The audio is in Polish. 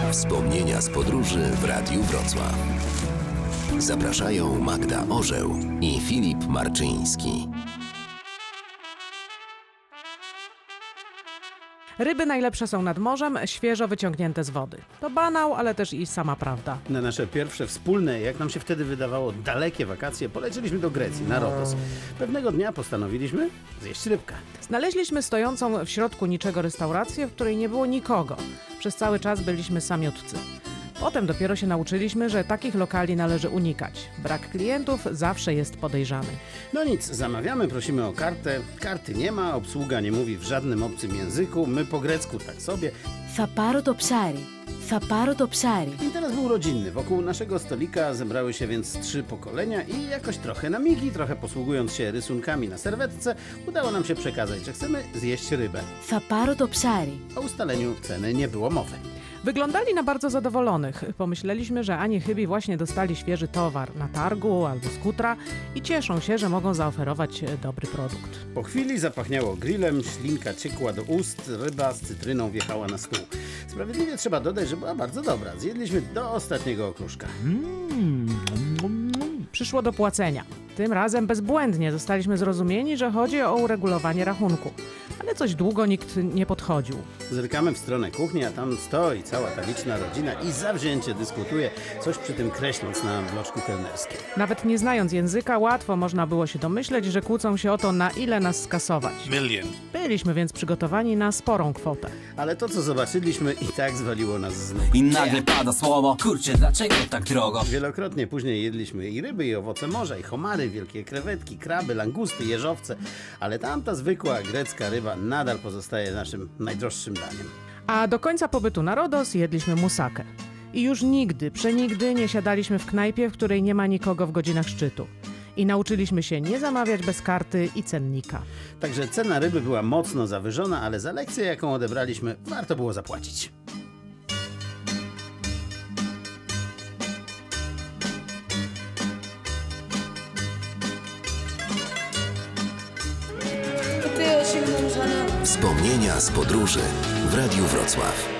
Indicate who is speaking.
Speaker 1: Wspomnienia z podróży w Radiu Wrocław. Zapraszają Magda Orzeł i Filip Marczyński.
Speaker 2: Ryby najlepsze są nad morzem, świeżo wyciągnięte z wody. To banał, ale też i sama prawda.
Speaker 3: Na nasze pierwsze wspólne, jak nam się wtedy wydawało, dalekie wakacje polecieliśmy do Grecji, na Rodos. Pewnego dnia postanowiliśmy zjeść rybkę.
Speaker 2: Znaleźliśmy stojącą w środku niczego restaurację, w której nie było nikogo. Przez cały czas byliśmy samiutcy. Potem dopiero się nauczyliśmy, że takich lokali należy unikać. Brak klientów zawsze jest podejrzany.
Speaker 3: No nic, zamawiamy, prosimy o kartę. Karty nie ma, obsługa nie mówi w żadnym obcym języku. My po grecku tak sobie.
Speaker 4: Θα πάρω το ψάρι. Θα πάρω το ψάρι.
Speaker 3: Interes był rodzinny. Wokół naszego stolika zebrały się więc 3 pokolenia i jakoś trochę na migi, trochę posługując się rysunkami na serwetce, udało nam się przekazać, że chcemy zjeść rybę.
Speaker 4: Θα πάρω το ψάρι.
Speaker 3: O ustaleniu ceny nie było mowy.
Speaker 2: Wyglądali na bardzo zadowolonych. Pomyśleliśmy, że ani chybi właśnie dostali świeży towar na targu albo z kutra i cieszą się, że mogą zaoferować dobry produkt.
Speaker 3: Po chwili zapachniało grillem, ślinka ciekła do ust, ryba z cytryną wjechała na stół. Sprawiedliwie trzeba dodać, że była bardzo dobra. Zjedliśmy do ostatniego okruszka.
Speaker 2: Przyszło do płacenia. Tym razem bezbłędnie zostaliśmy zrozumieni, że chodzi o uregulowanie rachunku. Ale coś długo nikt nie podchodził.
Speaker 3: Zerkamy w stronę kuchni, a tam stoi cała ta liczna rodzina i zawzięcie dyskutuje, coś przy tym kreśląc na bloczku kelnerskim.
Speaker 2: Nawet nie znając języka, łatwo można było się domyśleć, że kłócą się o to, na ile nas skasować.
Speaker 5: Million.
Speaker 2: Byliśmy więc przygotowani na sporą kwotę.
Speaker 3: Ale to, co zobaczyliśmy, i tak zwaliło nas z nóg.
Speaker 6: I nagle pada słowo, kurczę, dlaczego tak drogo?
Speaker 3: Wielokrotnie później jedliśmy i ryby, i owoce morza, i homary, wielkie krewetki, kraby, langusty, jeżowce. Ale tamta zwykła grecka ryba nadal pozostaje naszym najdroższym daniem.
Speaker 2: A do końca pobytu na Rodos jedliśmy musakę. I już nigdy, przenigdy nie siadaliśmy w knajpie, w której nie ma nikogo w godzinach szczytu. I nauczyliśmy się nie zamawiać bez karty i cennika.
Speaker 3: Także cena ryby była mocno zawyżona, ale za lekcję, jaką odebraliśmy, warto było zapłacić.
Speaker 1: Wspomnienia z podróży w Radiu Wrocław.